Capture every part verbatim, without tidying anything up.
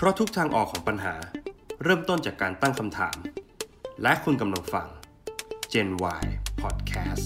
เพราะทุกทางออกของปัญหาเริ่มต้นจากการตั้งคำถามและคุณกำลังฟัง Gen Y Podcast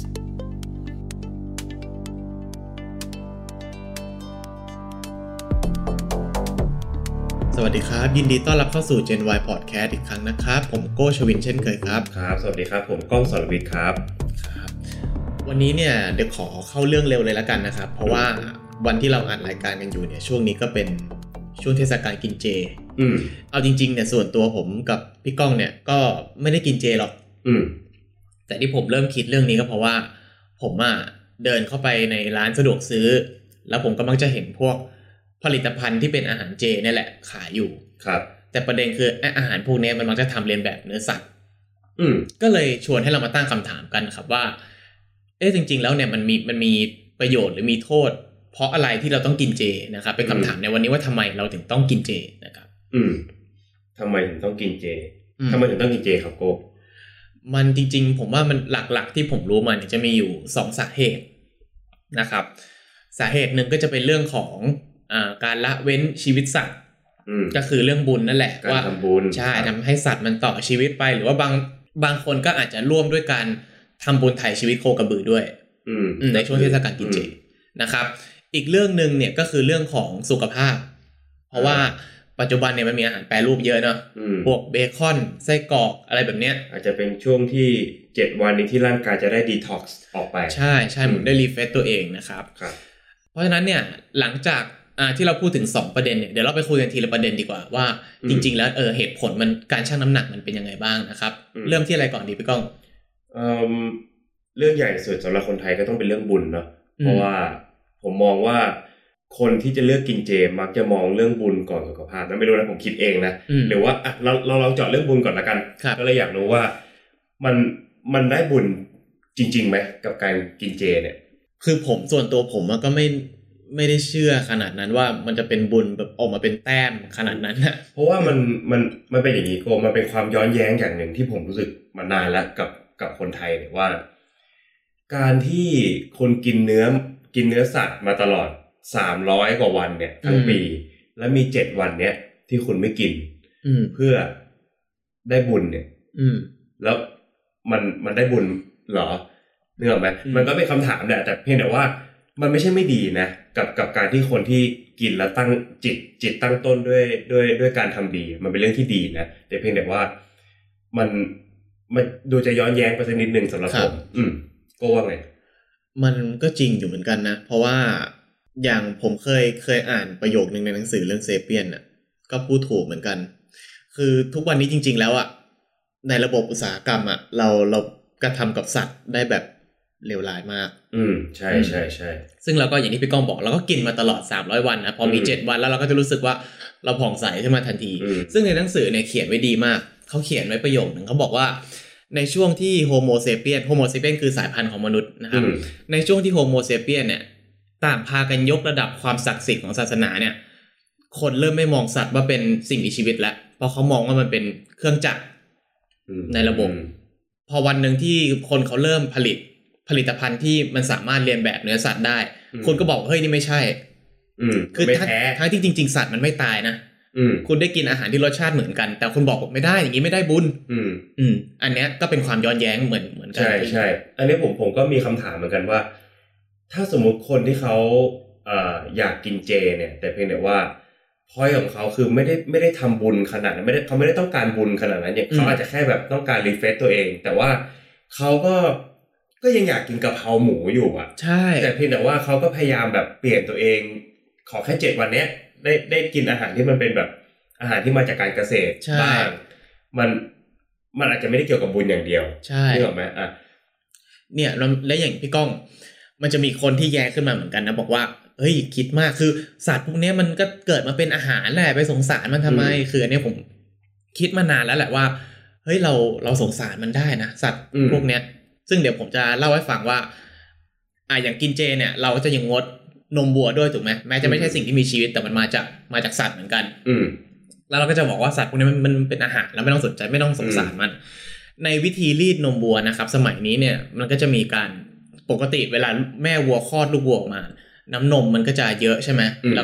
สวัสดีครับยินดีต้อนรับเข้าสู่ Gen Y Podcast อีกครั้งนะครับผมโก้ชวินเช่นเคยครับครับสวัสดีครับผมก้องสรวิทย์ครับครับวันนี้เนี่ยเดี๋ยวขอเข้าเรื่องเร็วเลยแล้วกันนะครับเพราะว่าวันที่เราอัดรายการกันอยู่เนี่ยช่วงนี้ก็เป็นช่วงเทศกาลกินเจอืมเอาจริงๆเนี่ยส่วนตัวผมกับพี่ก้องเนี่ยก็ไม่ได้กินเจหรอกอืมแต่ที่ผมเริ่มคิดเรื่องนี้ก็เพราะว่าผมอ่ะเดินเข้าไปในร้านสะดวกซื้อแล้วผมก็มักจะเห็นพวกผลิตภัณฑ์ที่เป็นอาหารเจนี่แหละขายอยู่ครับแต่ประเด็นคืออาหารพวกนี้มันมักจะทำเลียนแบบเนื้อสัตว์อืมก็เลยชวนให้เรามาตั้งคำถามกันครับว่าเอ๊ะจริงๆแล้วเนี่ยมันมีมันมีประโยชน์หรือมีโทษเพราะอะไรที่เราต้องกินเจนะครับเป็นคำถามในวันนี้ว่าทำไมเราถึงต้องกินเจนะครับอืมทำไมถึงต้องกินเจทำไมถึงต้องกินเจครับโกมันจริงๆผมว่ามันหลักๆที่ผมรู้มันจะมีอยู่สองสาเหตุนะครับสาเหตุหนึ่งก็จะเป็นเรื่องของอ่าการละเว้นชีวิตสัตว์ก็คือเรื่องบุญนั่นแหละว่าทำบุญใช่ทำให้สัตว์มันต่อชีวิตไปหรือว่าบางบางคนก็อาจจะร่วมด้วยการทำบุญไถ่ชีวิตโคกระบือด้วยในช่วงเทศกาลกินเจนะครับอีกเรื่องนึงเนี่ยก็คือเรื่องของสุขภาพเพราะว่าปัจจุบันเนี่ยมันมีอาหารแปรรูปเยอะเนาะพวกเบคอนไส้กรอกอะไรแบบเนี้ยอาจจะเป็นช่วงที่เจ็ดวันนี้ที่ร่างกายจะได้ดีท็อกซ์ออกไปใช่ใช่เหมือนได้รีเฟรชตัวเองนะครับเพราะฉะนั้นเนี่ยหลังจากอ่าที่เราพูดถึงสองประเด็นเนี่ยเดี๋ยวเราไปคุยกันทีละประเด็นดีกว่าว่าจริงๆแล้วเออเหตุผลมันการชั่งน้ำหนักมันเป็นยังไงบ้างนะครับเริ่มที่อะไรก่อนดีพี่ก้องเอ่อเรื่องใหญ่สุดสำหรับคนไทยก็ต้องเป็นเรื่องบุญเนาะเพราะว่าผมมองว่าคนที่จะเลือกกินเจมักจะมองเรื่องบุญก่อนสุขภาพนะไม่รู้นะผมคิดเองนะหรือว่าอ่ะเราเราลองเจาะเรื่องบุญก่อนละกันก็เลยอยากรู้ว่ามันมันได้บุญจริงๆไหมกับการกินเจเนี่ยคือผมส่วนตัวผมก็ไม่ไม่ได้เชื่อขนาดนั้นว่ามันจะเป็นบุญแบบออกมาเป็นแต้มขนาดนั้นนะเพราะว่ามันมันมันเป็นอย่างนี้โกมันเป็นความย้อนแย้งอย่างหนึ่งที่ผมรู้สึกมานานแล้วกับกับคนไทยเนี่ยว่าการที่คนกินเนื้อกินเนื้อสัตว์มาตลอดสามร้อยกว่าวันเนี่ยทั้งปีแล้วมีเจ็ดวันเนี้ยที่คุณไม่กินเพื่อได้บุญเนี่ยแล้วมันมันได้บุญเหรอนึกออกไหมมันก็เป็นคำถามแหละแต่เพียงแต่ว่ามันไม่ใช่ไม่ดีนะกับกับการที่คนที่กินแล้วตั้งจิตจิตตั้งต้นด้วยด้วยด้วยการทำดีมันเป็นเรื่องที่ดีนะแต่เพียงแต่ว่ามันมันดูจะย้อนแย้งไปสักนิดนึงสำหรับผมอืมก็ว่าไงมันก็จริงอยู่เหมือนกันนะเพราะว่าอย่างผมเคยเคยอ่านประโยคนึงในหนังสือเรื่องเซเปียนน่ะก็พูดถูกเหมือนกันคือทุกวันนี้จริงๆแล้วอ่ะในระบบอุตสาหกรรมอ่ะเราเรากระทำกับสัตว์ได้แบบเลวร้ายมากอืมใช่ๆๆซึ่งเราก็อย่างที่พี่ก้องบอกเราก็กินมาตลอดสามร้อยวันนะพอมีเจ็ดวันแล้วเราก็จะรู้สึกว่าเราผ่องใสขึ้นมาทันทีซึ่งในหนังสือเนี่ยเขียนไว้ดีมากเขาเขียนไว้ประโยคนึงเขาบอกว่าในช่วงที่โฮโมเซเปียนโฮโมเซเปียนคือสายพันธุ์ของมนุษย์นะครับในช่วงที่โฮโมเซเปียนเนี่ยต่างพากันยกระดับความศักดิ์สิทธิ์ของศาสนาเนี่ยคนเริ่มไม่มองสัตว์ว่าเป็นสิ่งมีชีวิตแล้วเพราะเขามองว่ามันเป็นเครื่องจักรในระบบพอวันนึงที่คนเขาเริ่มผลิตผลิตภัณฑ์ที่มันสามารถเรียนแบบเนื้อสัตว์ได้คนก็บอกเฮ้ยนี่ไม่ใช่คือทั้งที่จริงๆสัตว์มันไม่ตายนะคุณได้กินอาหารที่รสชาติเหมือนกันแต่คุณบอกไม่ได้อย่างนี้ไม่ได้บุญอืมอืมอันเนี้ยก็เป็นความย้อนแย้งเหมือนเหมือนกันใช่ใช่อันนี้ผมผมก็มีคำถามเหมือนกันว่าถ้าสมมุติคนที่เขาเอ่ออยากกินเจเนี่ยแต่เพียงแต่ว่าพอยของเขาคือไม่ได้ไม่ได้ทำบุญขนาดนั้นไม่ได้เขาไม่ได้ต้องการบุญขนาดนั้นเนี่ยเขาอาจจะแค่แบบต้องการรีเฟรชตัวเองแต่ว่าเขาก็ก็ยังอยากกินกะเพราหมูอยู่อ่ะใช่แต่เพียงแต่ว่าเขาก็พยายามแบบเปลี่ยนตัวเองขอแค่เจ็ดวันเนี้ยได้ได้กินอาหารที่มันเป็นแบบอาหารที่มาจากการเกษตรบ้างมันมันอาจจะไม่ได้เกี่ยวกับบุญอย่างเดียวใช่นึกออกไหมอ่ะเนี่ยและอย่างพี่ก้องมันจะมีคนที่แย้ขึ้นมาเหมือนกันนะบอกว่าเฮ้ยคิดมากคือสัตว์พวกนี้มันก็เกิดมาเป็นอาหารแหละไปสงสารมันทำไมคืออันนี้ผมคิดมานานแล้วแหละว่าเฮ้ยเราเราสงสารมันได้นะสัตว์พวกเนี้ยซึ่งเดี๋ยวผมจะเล่าให้ฟังว่าอ่าอย่างกินเจเนี่ยเราก็จะยังงดนมวัวด้วยถูกไหมแม้จะไม่ใช่สิ่งที่มีชีวิตแต่มันมาจากมาจากสัตว์เหมือนกันแล้วเราก็จะบอกว่าสัตว์พวกนี้มันมันเป็นอาหารแล้วไม่ต้องสนใจไม่ต้องสงสารมันในวิธีรีดนมวัวนะครับสมัยนี้เนี่ยมันก็จะมีการปกติเวลาแม่วัวคลอดลูกวัวออกมาน้ำนมมันก็จะเยอะใช่ไหมแล้วก็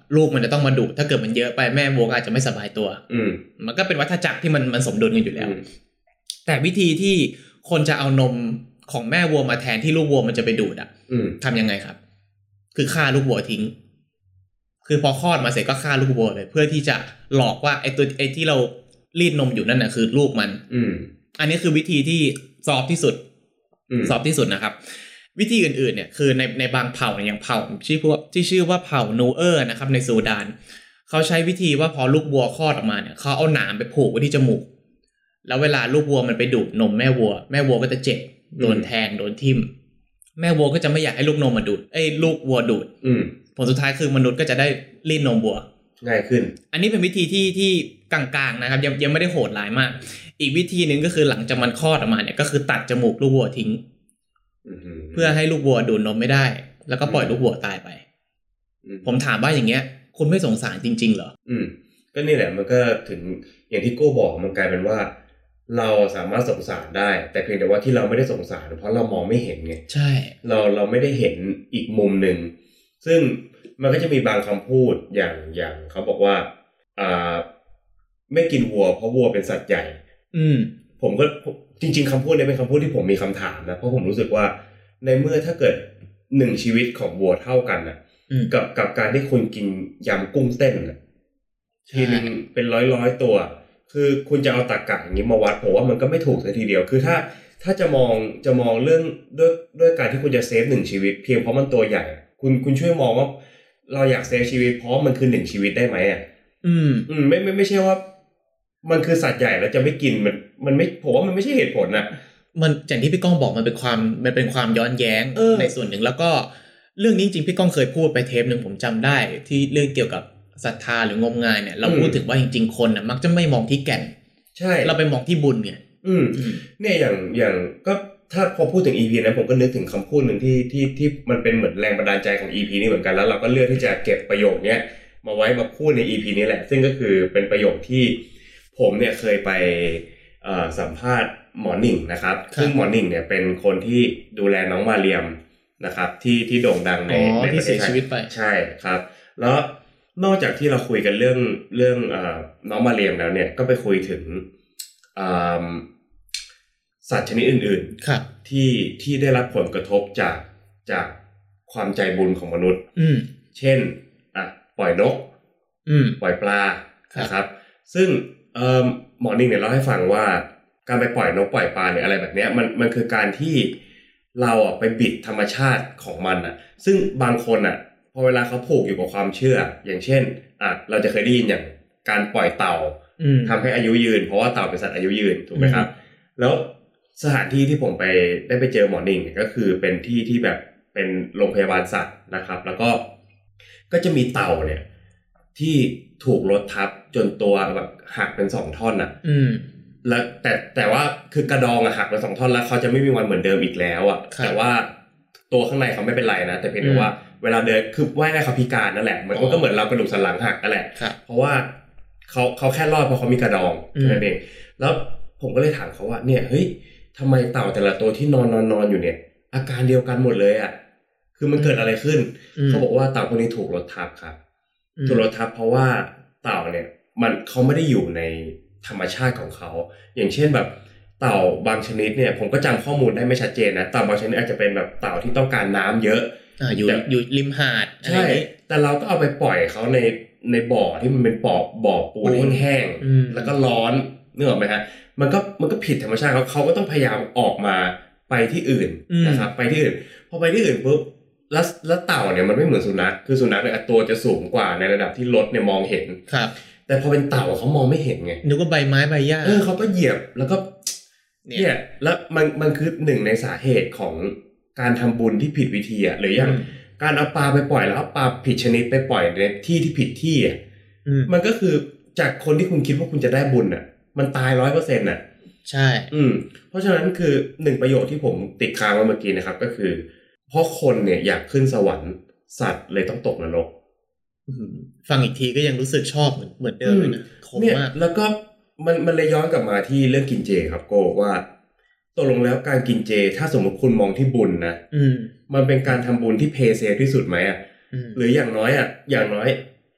ลูกมันจะต้องมาดูดถ้าเกิดมันเยอะไปแม่วัวก็อาจจะไม่สบายตัวอืมมันก็เป็นวัฏจักรที่มันมันสมดุลกันอยู่แล้วแต่วิธีที่คนจะเอานมของแม่วัวมาแทนที่ลูกวัวมันจะไปดูดอ่ะทำยังไงครับคือฆ่าลูกวัวทิ้งคือพอคลอดมาเสร็จก็ฆ่าลูกวัวเลยเพื่อที่จะหลอกว่าไอ้ตัวไอ้ที่เรารีดนมอยู่นั่นน่ะคือลูกมันอืมอันนี้คือวิธีที่ซอฟที่สุดซอฟที่สุดนะครับวิธีอื่นๆเนี่ยคือในในบางเผ่าเนี่ยอย่างเผ่าชื่อพวกที่ชื่อว่าเผ่านูเออร์นะครับในซูดานเขาใช้วิธีว่าพอลูกวัวคลอดออกมาเนี่ยเขาเอาหนามไปผูกไว้ที่จมูกแล้วเวลาลูกวัวมันไปดูดนมแม่วัวแม่วัวก็จะเจ็บโดนแทงโดนทิ่มแม่วัวก็จะไม่อยากให้ลูกนมมาดูดเอ้ยลูกวัวดูดผลสุดท้ายคือมนุษย์ก็จะได้รีดนมวัวง่ายขึ้นอันนี้เป็นวิธีที่ที่กลางๆนะครับยังยังไม่ได้โหดร้ายมากอีกวิธีนึงก็คือหลังจากมันคลอดออกมาเนี่ยก็คือตัดจมูกลูกวัวทิ้งเพื่อให้ลูกวัวดูดนมไม่ได้แล้วก็ปล่อยลูกวัวตายไปผมถามว่าอย่างเงี้ยคุณไม่สงสารจริงๆเหรออืมก็นี่แหละมันก็ถึงอย่างที่โก้บอกมันกลายเป็นว่าเราสามารถสงสารได้แต่เพียงแต่ว่าที่เราไม่ได้สงสารเพราะเรามองไม่เห็นไงใช่เราเราไม่ได้เห็นอีกมุมนึงซึ่งมันก็จะมีบางคำพูดอย่างอย่างเขาบอกว่าอ่าไม่กินวัวเพราะวัวเป็นสัตว์ใหญ่อืมผมก็จริงๆคำพูดนี้เป็นคำพูดที่ผมมีคำถามนะเพราะผมรู้สึกว่าในเมื่อถ้าเกิดหนึ่งชีวิตของวัวเท่ากันนะกับกับการที่คุณกินยำกุ้งเต้นนะทีนึงเป็นร้อยร้อยตัวคือคุณจะเอาตรรกะอย่างนี้มาวัดผมว่ามันก็ไม่ถูกเลยทีเดียวคือถ้าถ้าจะมองจะมองเรื่องด้วยด้วยการที่คุณจะเซฟหนึ่งชีวิตเพียงเพราะมันตัวใหญ่คุณคุณช่วยมองว่าเราอยากเซฟชีวิตเพราะมันคือหนึ่งชีวิตได้ไหมอ่ะอืมอืมไม่ไม่ไม่ใช่ว่ามันคือสัตว์ใหญ่แล้วจะไม่กินมันมันไม่ผมว่ามันไม่ใช่เหตุผลนะมันอย่างที่พี่ก้องบอกมันเป็นความมันเป็นความย้อนแย้งในส่วนหนึ่งแล้วก็เรื่องนี้จริงพี่ก้องเคยพูดไปเทปนึงผมจำได้ที่เรื่องเกี่ยวกับศรัทธาหรืองมงายเนี่ยเราพูดถึงว่าจริงๆคนน่ะมักจะไม่มองที่แก่นใช่เราไปมองที่บุญไงอืมเนี่ยอย่างอย่างก็ถ้าพอพูดถึง อี พี นั้นผมก็นึกถึงคำพูดนึงที่ที่ที่มันเป็นเหมือนแรงบันดาลใจของ อี พี นี้เหมือนกันแล้วเราก็เลือกที่จะเก็บประโยคเนี้ยมาไว้มาพูดใน อี พี นี้แหละซึ่งก็คือเป็นประโยคที่ผมเนี่ยเคยไปเอ่อสัมภาษณ์หมอหนิ่งนะครับซึ่งหมอหนิ่งเนี่ยเป็นคนที่ดูแลน้องมาเรียมนะครับที่ที่โด่งดังในในประเทศไทยใช่ครับแล้วนอกจากที่เราคุยกันเรื่องเรื่องเอ่อน้องมาเรียมแล้วเนี่ยก็ไปคุยถึงอ่าสัตว์ชนิดอื่นๆที่ที่ได้รับผลกระทบจากจากความใจบุญของมนุษย์เช่นอ่ะปล่อยนกปล่อยปลานะครับซึ่งเอ่อหมอนิ่งเนี่ยเล่าให้ฟังว่าการไปปล่อยนกปล่อยปลาเนี่ยอะไรแบบเนี้ยมันมันคือการที่เราอ่ะไปบิดธรรมชาติของมันอ่ะซึ่งบางคนอ่ะพอเวลาเขาผูกอยู่กับความเชื่ออย่างเช่นอ่ะเราจะเคยได้ยินอย่างการปล่อยเต่าทำให้อายุยืนเพราะว่าเต่าเป็นสัตว์อายุยืนถูกไหมครับแล้วสถานที่ที่ผมไปได้ไปเจอหมอนิ่งเนี่ยก็คือเป็นที่ที่แบบเป็นโรงพยาบาลสัตว์นะครับแล้วก็ก็จะมีเต่าเนี่ยที่ถูกรถทับจนตัวแบบหักเป็นสองท่อนอ่ะแล้วแต่แต่ว่าคือกระดองอะหักเป็นสองท่อนแล้วเขาจะไม่มีวันเหมือนเดิมอีกแล้วอ่ะแต่ว่าตัวข้างในเขาไม่เป็นไรนะแต่เพียงแต่ว่าเวลาเดินคือว่ายได้เขาพิการนั่นแหละมันก็เหมือนเรากระดูกสันหลังหักนั่นแหละเพราะว่าเขาเขาแค่รอดเพราะเขามีกระดองแค่นั้นเองแล้วผมก็เลยถามเขาว่าเนี่ยเฮ้ยทำไมเต่าแต่ละตัวที่นอนนอนนอนอยู่เนี่ยอาการเดียวกันหมดเลยอ่ะคือมันเกิดอะไรขึ้นเขาบอกว่าเต่าพวกนี้ถูกรถทับครับถูกรถทับเพราะว่าเต่าเนี่ยมันเขาไม่ได้อยู่ในธรรมชาติของเขาอย่างเช่นแบบเต่าบางชนิดเนี่ยผมก็จำข้อมูลได้ไม่ชัดเจนนะเต่าบางชนิดอาจจะเป็นแบบเต่าที่ต้องการน้ำเยอะอ่าอยู่อยู่ริมหาดใช่แต่เราก็เอาไปปล่อยเขาในในบ่อที่มันเป็นบ่อบ่อปูนแห้งๆแล้วก็ร้อนนึกออกไหมฮะมันก็มันก็ผิดธรรมชาติเขาเขาก็ต้องพยายามออกมาไปที่อื่นนะครับไปที่อื่นพอไปที่อื่นปุ๊บแล้วแล้วเต่าเนี่ยมันไม่เหมือนสุนัขคือสุนัขเนี่ยตัวจะสูงกว่าในระดับที่รถเนี่ยมองเห็นครับแต่พอเป็นเต่าเขามองไม่เห็นไงนึกว่าใบไม้ใบหญ้าเออเขาก็เหยียบแล้วก็เนี่ยแล้วมันมันคือหนึ่งในสาเหตุของการทำบุญที่ผิดวิธีอ่ะหรืออย่างการเอาปลาไปปล่อยแล้วเอาปลาผิดชนิดไปปล่อยในที่ที่ผิดที่อ่ะมันก็คือจากคนที่คุณคิดว่าคุณจะได้บุญอ่ะมันตาย ร้อยเปอร์เซ็นต์ น่ะใช่อืมเพราะฉะนั้นคือหนึ่งประโยคที่ผมติดค้างไว้เมื่อกี้นะครับก็คือเพราะคนเนี่ยอยากขึ้นสวรรค์สัตว์เลยต้องตกนรกฟังอีกทีก็ยังรู้สึกชอบเหมือนเหมือนเดิมเลยนะคมมากแล้วก็มันมันเลยย้อนกลับมาที่เรื่องกินเจครับโก้ว่าตกลงแล้วการกินเจถ้าสมมติคุณมองที่บุญนะมันเป็นการทำบุญที่เพย์เซฟที่สุดไหมอ่ะหรืออย่างน้อยอ่ะอย่างน้อยไอ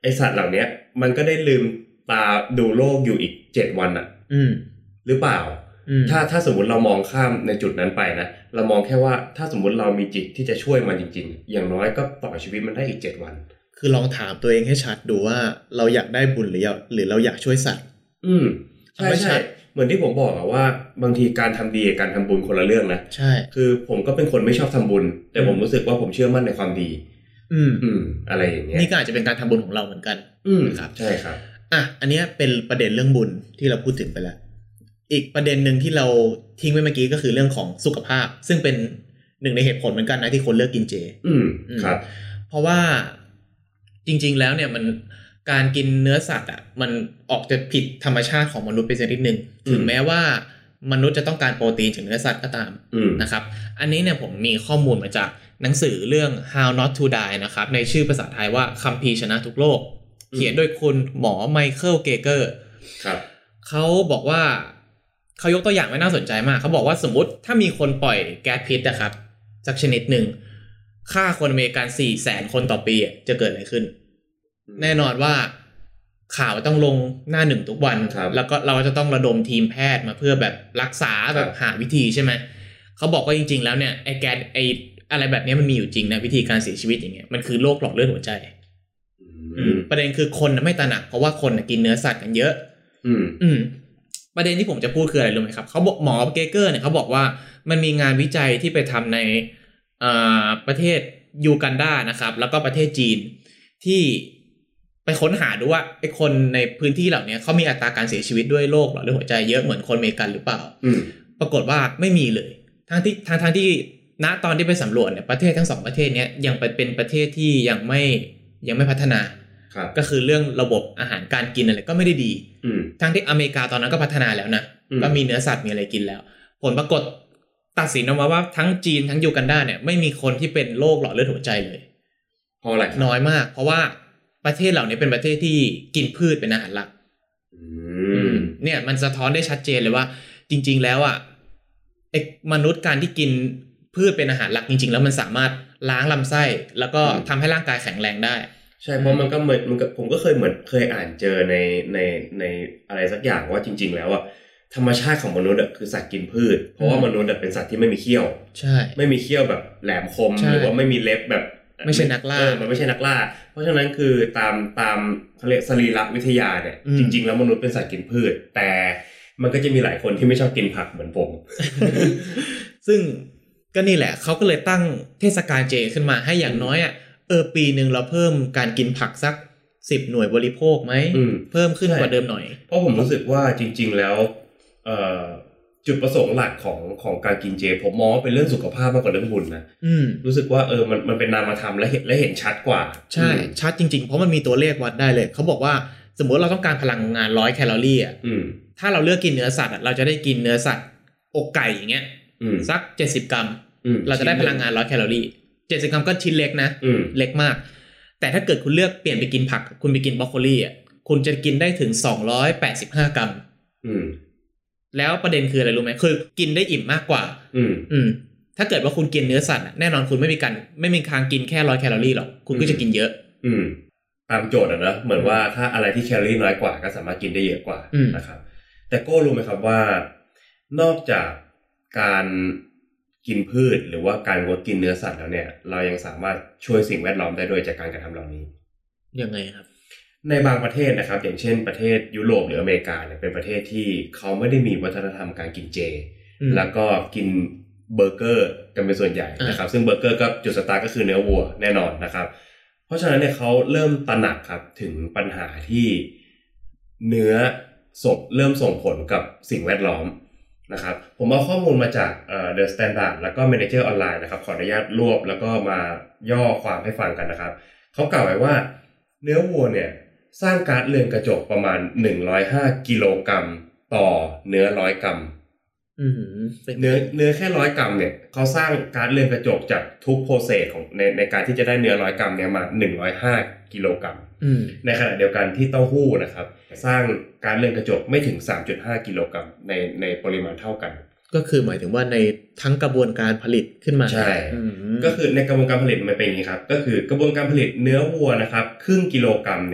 อสัตว์เหล่านี้มันก็ได้ลืมตาดูโลกอยู่อีกเจ็ดวันอ่ะอืมหรือเปล่าถ้าถ้าสมมุติเรามองข้ามในจุดนั้นไปนะเรามองแค่ว่าถ้าสมมุติเรามีจิตที่จะช่วยมันจริงๆอย่างน้อยก็ต่อชีวิตมันได้อีกเจ็ดวันคือลองถามตัวเองให้ชัดดูว่าเราอยากได้บุญหรือหรือเราอยากช่วยสัตว์อืมใช่ใช่เหมือนที่ผมบอกอะว่าบางทีการทำดีกับการทำบุญคนละเรื่องนะใช่คือผมก็เป็นคนไม่ชอบทำบุญแต่ผมรู้สึกว่าผมเชื่อมั่นในความดีอืมอืมอะไรอย่างเงี้ยนี่ก็อาจจะเป็นการทำบุญของเราเหมือนกันครับใช่ครับอ่ะอันนี้เป็นประเด็นเรื่องบุญที่เราพูดถึงไปแล้วอีกประเด็นหนึ่งที่เราทิ้งไว้เมื่อกี้ก็คือเรื่องของสุขภาพซึ่งเป็นหนึ่งในเหตุผลเหมือนกันนะที่คนเลิกกินเจอืมครับเพราะว่าจริงๆแล้วเนี่ยมันการกินเนื้อสัตว์อ่ะมันออกจะผิดธรรมชาติของมนุษย์ไปสักนิดนึงถึงแม้ว่ามนุษย์จะต้องการโปรตีนจากเนื้อสัตว์ก็ตามนะครับอันนี้เนี่ยผมมีข้อมูลมาจากหนังสือเรื่อง How Not to Die นะครับในชื่อภาษาไทยว่าคัมภีร์ชนะทุกโรคเขียนโดยคุณหมอไมเคิลเกเกอร์ครับเขาบอกว่าเขายกตัวอย่างไว้น่าสนใจมากเขาบอกว่าสมมติถ้ามีคนปล่อยแก๊สพิษนะครับสักชนิดหนึ่งฆ่าคนอเมริกัน สี่แสน คนต่อปีจะเกิดอะไรขึ้นแน่นอนว่าข่าวต้องลงหน้าหนึ่งทุกวันแล้วก็เราจะต้องระดมทีมแพทย์มาเพื่อแบบรักษาแบบหาวิธีใช่ไหมเขาบอกว่าจริงๆแล้วเนี่ยไอ้แก๊สไอ้อะไรแบบนี้มันมีอยู่จริงนะวิธีการเสียชีวิตอย่างเงี้ยมันคือโรคหลอดเลือดหัวใจประเด็นคือคนไม่ตระหนักเพราะว่าคนกินเนื้อสัตว์กันเยอะอืมอืมประเด็นที่ผมจะพูดคืออะไรรู้ไหมครับเขาบอกหมอเกเกอร์เนี่ยเขาบอกว่ามันมีงานวิจัยที่ไปทำในอ่าประเทศยูกันดานะครับแล้วก็ประเทศจีนที่ไปค้นหาดูว่าไอ้คนในพื้นที่เหล่านี้เขามีอัตราการเสียชีวิตด้วยโรคหลอดเลือดหัวใจเยอะเหมือนคนอเมริกันหรือเปล่าปรากฏว่าไม่มีเลยทั้งที่ทั้งทั้งที่ณตอนที่ไปสำรวจเนี่ยประเทศทั้งสองประเทศนี้ยังเป็นประเทศที่ยังไม่ยังไม่พัฒนาก็คือเรื่องระบบอาหารการกินอะไรก็ไม่ได้ดีทั้งที่อเมริกาตอนนั้นก็พัฒนาแล้วนะก็มีเนื้อสัตว์มีอะไรกินแล้วผลปรากฏตัดสินออกมาว่าทั้งจีนทั้งยูกันดาเนี่ยไม่มีคนที่เป็นโรคหลอดเลือดหัวใจเลยเพราะอะไรน้อยมากเพราะว่าประเทศเหล่านี้เป็นประเทศที่กินพืชเป็นอาหารหลักเนี่ยมันสะท้อนได้ชัดเจนเลยว่าจริงๆแล้วอ่ะไอ้มนุษย์การที่กินพืชเป็นอาหารหลักจริงๆแล้วมันสามารถล้างลำไส้แล้วก็ทำให้ร่างกายแข็งแรงได้ใช่เพราะมันก็เหมือนมันก็ผมก็เคยเหมือนเคยอ่านเจอในในในอะไรสักอย่างว่าจริงๆแล้วอ่ะธรรมชาติของมนุษย์อ่ะคือสัตว์กินพืชเพราะว่ามนุษย์เป็นสัตว์ที่ไม่มีเขี้ยวใช่ไม่มีเขี้ยวแบบแหลมคมหรือว่าไม่มีเล็บแบบไม่ใช่นักล่ามันไม่ใช่นักล่าเพราะฉะนั้นคือตามตามเขาเรียกสรีรวิทยาเนี่ยจริงๆแล้วมนุษย์เป็นสัตว์กินพืชแต่มันก็จะมีหลายคนที่ไม่ชอบกินผักเหมือนผมซึ่งก็นี่แหละเขาก็เลยตั้งเทศกาลเจขึ้นมาให้อย่างน้อยอ่ะเออปีนึงเราเพิ่มการกินผักสักสิบหน่วยบริโภคไหมเพิ่มขึ้นกว่าเดิมหน่อยเพราะผมรู้สึกว่าจริงๆแล้วเอ่อจุดประสงค์หลักของของการกินเจผมมองว่าเป็นเรื่องสุขภาพมากกว่าเรื่องบุญนะรู้สึกว่าเออมันมันเป็นนามธรรมและเห็นและเห็นชัดกว่าใช่ชัดจริงๆเพราะมันมีตัวเลขวัดได้เลยเขาบอกว่าสมมติเราต้องการพลังงานร้อยแคลอรี่อ่ะถ้าเราเลือกกินเนื้อสัตว์เราจะได้กินเนื้อสัตว์อกไก่อย่างเงี้ยสักเจ็ดสิบกรัมเราจะได้พลังงานร้อยแคลอรี่เจ็ดสิบกรัมก็ชิ้นเล็กนะเล็กมากแต่ถ้าเกิดคุณเลือกเปลี่ยนไปกินผักคุณไปกินบรอกโคลีอ่ะคุณจะกินได้ถึงสองร้อยแปดสิบห้ากรัมแล้วประเด็นคืออะไรรู้ไหมคือกินได้อิ่มมากกว่าอืมอืมถ้าเกิดว่าคุณกินเนื้อสัตว์แน่นอนคุณไม่มีการไม่มีทางกินแค่ร้อยแคลอรี่หรอกคุณก็จะกินเยอะอืมตามโจทย์อ่ะนะเหมือนว่าถ้าอะไรที่แคลอรี่น้อยกว่าก็สามารถกินได้เยอะกว่านะครับแต่โก้รู้ไหมครับว่านอกจากการกินพืชหรือว่าการงดกินเนื้อสัตว์แล้วเนี่ยเรายังสามารถช่วยสิ่งแวดล้อมได้โดยจากการกระทำเหล่านี้ยังไงครับในบางประเทศนะครับอย่างเช่นประเทศยุโรปหรืออเมริกาเนี่ยเป็นประเทศที่เขาไม่ได้มีวัฒนธรรมการกินเจแล้วก็กินเบอร์เกอร์กันเป็นส่วนใหญ่นะครับซึ่งเบอร์เกอร์ก็จุดสตาร์ทก็คือเนื้อวัวแน่นอนนะครับเพราะฉะนั้นเนี่ยเขาเริ่มตระหนักครับถึงปัญหาที่เนื้อส่งเริ่มส่งผลกับสิ่งแวดล้อมนะครับผมเอาข้อมูลมาจากเอ่อ The Standard แล้วก็ Manager Online นะครับขออนุญาตรวบแล้วก็มาย่อความให้ฟังกันนะครับเขากล่าวไว้ว่าเนื้อวัวเนี่ยสร้างก๊าซเรือนกระจกประมาณหนึ่งร้อยห้ากิโลกรัมต่อเนื้อหนึ่งร้อยกรัมอือเนื้อเนื้อแค่หนึ่งร้อยกรัมเนี่ยเขาสร้างก๊าซเรือนกระจกจากทุกโปรเซสของในในการที่จะได้เนื้อหนึ่งร้อยกรัมเนี่ยมาหนึ่งร้อยห้ากิโลกรัมในขณะเดียวกันที่เต้าหู้นะครับสร้างก๊าซเรือนกระจกไม่ถึง สามจุดห้ากิโลกรัมในในปริมาณเท่ากันก็คือหมายถึงว่าในทั้งกระบวนการผลิตขึ้นมาใช่ก็คือในกระบวนการผลิตมันเป็นอย่างนี้ครับก็คือกระบวนการผลิตเนื้อวัวนะครับครึ่งกิโลกรัมเนี่ย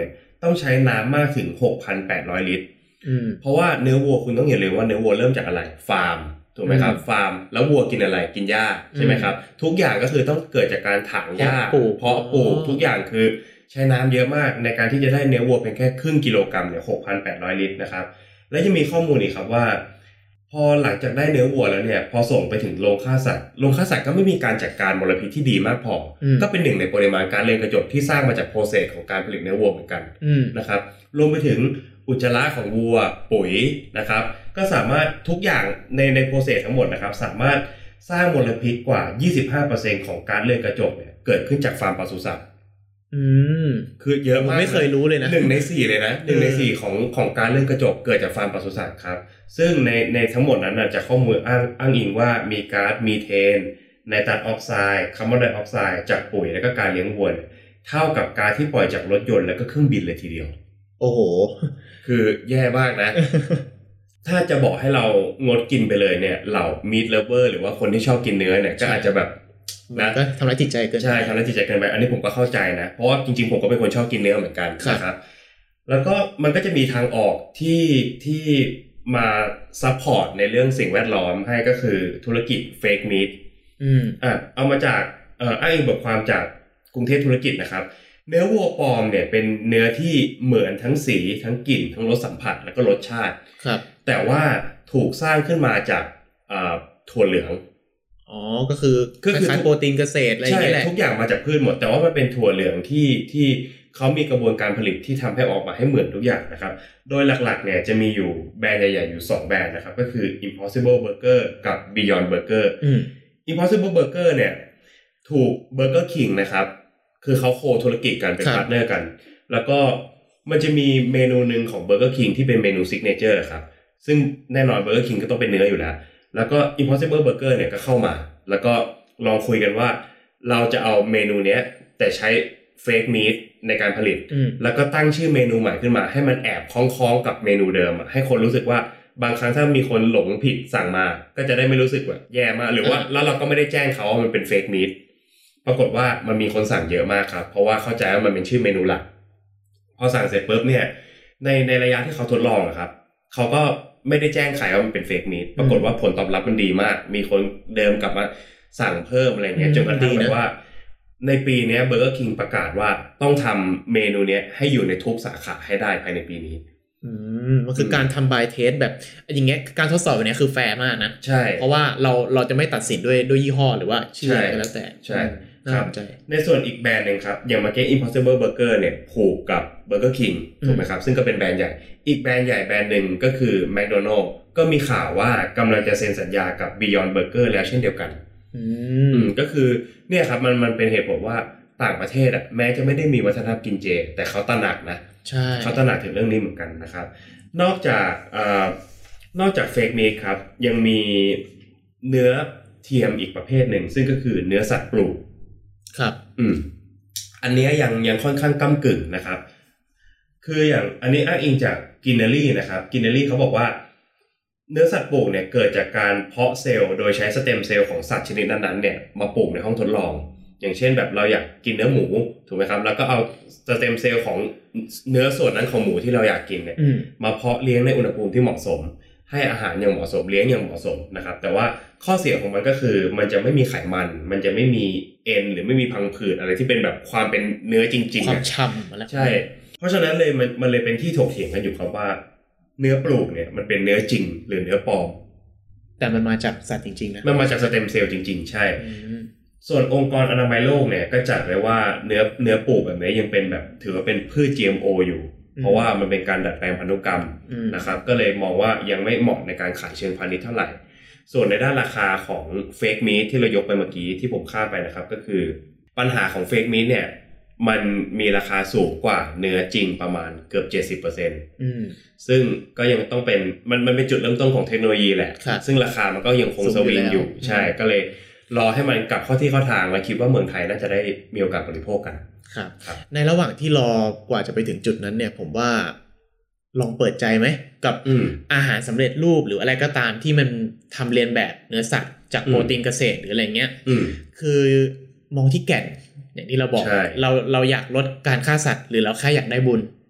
ต้องใช้น้ำมากถึง หกพันแปดร้อย ลิตรเพราะว่าเนื้อวัวคุณต้องอย่าลืมว่าเนื้อวัวเริ่มจากอะไรฟาร์มถูกไหมครับฟาร์มแล้ววัวกินอะไรกินหญ้าใช่ไหมครับทุกอย่างก็คือต้องเกิดจากการถางหญ้าเพาะปลูกทุกอย่างคือใช้น้ำเยอะมากในการที่จะได้เนื้อวัวเพียงแค่ครึ่งกิโลกรัมเนี่ย หกพันแปดร้อย ลิตรนะครับและยังมีข้อมูลอีกครับว่าพอหลังจากได้เนื้อวัวแล้วเนี่ยพอส่งไปถึงโรงฆ่าสัตว์โรงฆ่าสัตว์ก็ไม่มีการจัดการมลพิษที่ดีมากพอก็เป็นหนึ่งในปริมาณการเรือนกระจกที่สร้างมาจากโปรเซสของการผลิตเนื้อวัวเหมือนกันนะครับรวมไปถึงอุจจาระของวัวปุ๋ยนะครับก็สามารถทุกอย่างในในโปรเซสทั้งหมดนะครับสามารถสร้างมลพิษกว่า ยี่สิบห้าเปอร์เซ็นต์ ของก๊าซเรือนกระจกเนี่ยเกิดขึ้นจากฟาร์มปศุสัตว์อืมคือเยอะมากไม่เคยรู้เลยนะหนึ่งในสี่เลยนะหนึ่งในสี่ของของก๊าซเรือนกระจกเกิดจากฟาร์มปศุสัตว์ครับซึ่งในในทั้งหมดนั้นน่ะจากข้อมูลอ้างอ้างอิงว่ามีก๊าซมีเทนไนตรัสออกไซด์คาร์บอนไดออกไซด์จากปุ๋ยและก็การเลี้ยงวัวเท่ากับก๊าซที่ปล่อยจากรถยนต์และก็เครื่องบินเลยทีเดียวโอ้โหคือแย่มากนะ ถ้าจะบอกให้เรางดกินไปเลยเนี่ยเหล่า meat lover หรือว่าคนที่ชอบกินเนื้อเนี่ยก็อาจจะแบบนะก็ทำร้ายจิตใจเกินใช่ทำร้ายจิตใจเกินไปอันนี้ผมก็เข้าใจนะเพราะว่าจริงๆผมก็เป็นคนชอบกินเนื้อเหมือนกันนะครับแล้วก็มันก็จะมีทางออกที่ที่มาซัพพอร์ตในเรื่องสิ่งแวดล้อมให้ก็คือธุรกิจ fake meat อืมอ่ะเอามาจากเอ่ออ้างอิงบทความจากกรุงเทพธุรกิจนะครับเนื้อวัวปลอมเนี่ยเป็นเนื้อที่เหมือนทั้งสีทั้งกลิ่นทั้งรสสัมผัสแล้วก็รสชาติครับแต่ว่าถูกสร้างขึ้นมาจากอ่าถั่วเหลืองอ๋อก็คือคล้ายๆโปรตีนเกษตรอะไรอย่างเงี้ยแหละทุกอย่างมาจากพืชหมดแต่ว่ามันเป็นถั่วเหลืองที่ที่เขามีกระบวนการผลิตที่ทำให้ออกมาให้เหมือนทุกอย่างนะครับโดยหลักๆเนี่ยจะมีอยู่แบรนด์ใหญ่ๆอยู่สองแบรนด์นะครับก็คือ Impossible Burger กับ Beyond Burger Impossible Burger เนี่ยถูก Burger King นะครับคือเขาโคธุรกิจกันเป็นพาร์ทเนอร์กันแล้วก็มันจะมีเมนูนึงของ Burger King ที่เป็นเมนูซิกเนเจอร์ครับซึ่งแน่นอน Burger King ก็ต้องเป็นเนื้ออยู่แล้วแล้วก็ Impossible Burger เนี่ยก็เข้ามาแล้วก็ลองคุยกันว่าเราจะเอาเมนูเนี้ยแต่ใช้ fake meat ในการผลิตแล้วก็ตั้งชื่อเมนูใหม่ขึ้นมาให้มันแอบคล้องๆกับเมนูเดิมให้คนรู้สึกว่าบางครั้งถ้ามีคนหลงผิดสั่งมาก็จะได้ไม่รู้สึกแบบแย่มากหรือว่าแล้วเราก็ไม่ได้แจ้งเขาว่ามันเป็น fake meatปรากฏว่ามันมีคนสั่งเยอะมากครับเพราะว่าเข้าใจว่ามันเป็นชื่อเมนูหลักพอสั่งเสร็จปุ๊บเนี่ยในในระยะที่เขาทดลองอะครับเขาก็ไม่ได้แจ้งใครว่ามันเป็นเฟกมีดปรากฏว่าผลตอบรับมันดีมากมีคนเดิมกลับมาสั่งเพิ่มอะไรเงี้ยจนกระทั่งแบบว่าในปีนี้ Burger King ประกาศว่าต้องทำเมนูนี้ให้อยู่ในทุกสาขาให้ได้ภายในปีนี้อืมมันคือการทำบายเทสแบบอย่างเงี้ยการทดสอบแบบนี้คือแฟร์มากนะใช่เพราะว่าเราเราจะไม่ตัดสินด้วยด้วยยี่ห้อหรือว่าชื่ออะไรก็แล้วแต่ใช่ครับในส่วนอีกแบรนด์นึงครับอย่างเมื่อกี้ Impossible Burger เนี่ยผูกกับ Burger King ถูกไหมครับซึ่งก็เป็นแบรนด์ใหญ่อีกแบรนด์ใหญ่แบรนด์นึงก็คือ McDonald's ก็มีข่าวว่ากำลังจะเซ็นสัญญากับ Beyond Burger แล้วเช่นเดียวกันอืมก็คือเนี่ยครับมันมันเป็นเหตุผลว่าต่างประเทศอ่ะแม้จะไม่ได้มีวัฒนธรรมกินเจแต่เขาตระหนักนะใช่เขาตระหนักถึงเรื่องนี้เหมือนกันนะครับนอกจากอ่านอกจาก Fake Meat ครับยังมีเนื้อเทียมอีกประเภทหนึ่งซึ่งก็คือเนื้อสัตว์ปลูกครับอืมอันนี้ยังยังค่อนข้างก้ำกึ่งนะครับคืออย่างอันนี้อ้างอิงจากกินเนอรี่นะครับกินเนอรี่เขาบอกว่าเนื้อสัตว์ปลูกเนี่ยเกิดจากการเพาะเซลล์โดยใช้สเต็มเซลล์ของสัตว์ชนิดนั้นๆเนี่ยมาปลูกในห้องทดลองอย่างเช่นแบบเราอยากกินเนื้อหมูถูกไหมครับแล้วก็เอาสเต็มเซลล์ของเนื้อส่วนนั้นของหมูที่เราอยากกินเนี่ยมาเพาะเลี้ยงในอุณหภูมิที่เหมาะสมให้อาหารอย่างเหมาะสมเลี้ยงอย่างเหมาะสมนะครับแต่ว่าข้อเสียของมันก็คือมันจะไม่มีไขมันมันจะไม่มีเอ็นหรือไม่มีพังผืดอะไรที่เป็นแบบความเป็นเนื้อจริงๆความฉ่ำมาแล้วใช่เพราะฉะนั้นเลยมันมันเลยเป็นที่ถกเถียงกันอยู่ครับว่าเนื้อปลูกเนี่ยมันเป็นเนื้อจริงหรือเนื้อปลอมแต่มันมาจากสัตว์จริงๆนะมันมาจากสเต็มเซลล์จริงๆใช่ส่วนองค์กรอนามัยโลกเนี่ยก็จัดไว้ว่าเนื้อเนื้อปลูกแบบนี้ยังเป็นแบบถือว่าเป็นพืช จี เอ็ม โอ อยู่เพราะว่ามันเป็นการดัดแปลงพันธุกรรมนะครับก็เลยมองว่ายังไม่เหมาะในการขายเชิงพาณิชย์เท่าไหร่ส่วนในด้านราคาของเฟกมีทที่เรายกไปเมื่อกี้ที่ผมข้ามไปนะครับก็คือปัญหาของเฟกมีทเนี่ยมันมีราคาสูงกว่าเนื้อจริงประมาณเกือบ เจ็ดสิบเปอร์เซ็นต์อืมซึ่งก็ยังต้องเป็นมันมันเป็นจุดเริ่มต้นของเทคโนโลยีแหละซึ่งราคามันก็ยังคงสวิงอยู่ใช่ก็เลยรอให้มันกลับเข้าที่เข้าทางและคิดว่าเมืองไทยน่าจะได้มีโอกาสบริโภคกันครับในระหว่างที่รอกว่าจะไปถึงจุดนั้นเนี่ยผมว่าลองเปิดใจไหมกับอาหารสำเร็จรูปหรืออะไรก็ตามที่มันทำเลียนแบบเนื้อสัตว์จากโปรตีนเกษตรหรืออะไรเงี้ยคือมองที่แก่นอย่างที่เราบอกเราเราอยากลดการฆ่าสัตว์หรือเราแค่อยากได้บุญ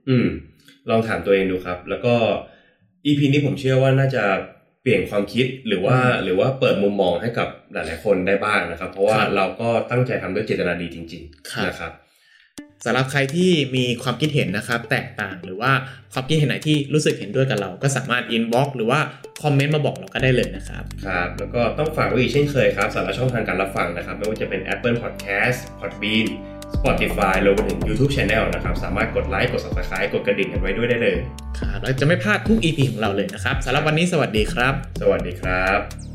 อืมลองถามตัวเองดูครับแล้วก็ อี พี นี้ผมเชื่อว่าน่าจะเปลี่ยนความคิดหรือว่าหรือว่าเปิดมุมมองให้กับหลายๆคนได้บ้างนะครับเพราะว่าเราก็ตั้งใจทำด้วยเจตนาดีจริงๆนะครับสำหรับใครที่มีความคิดเห็นนะครับแตกต่างหรือว่าความคิดเห็นไหนที่รู้สึกเห็นด้วยกับเราก็สามารถอินบ็อกซ์หรือว่าคอมเมนต์มาบอกเราก็ได้เลยนะครับครับแล้วก็ต้องฝากไว้อีกเช่นเคยครับสำหรับช่องทางการรับฟังนะครับไม่ว่าจะเป็น Apple Podcast Podbean Spotify รวมไปถึง YouTube Channel นะครับสามารถกดไลค์กด Subscribe กดกระดิ่งกันไว้ด้วยได้เลยครับแล้วจะไม่พลาดทุก อี พี ของเราเลยนะครับสำหรับวันนี้สวัสดีครับสวัสดีครับ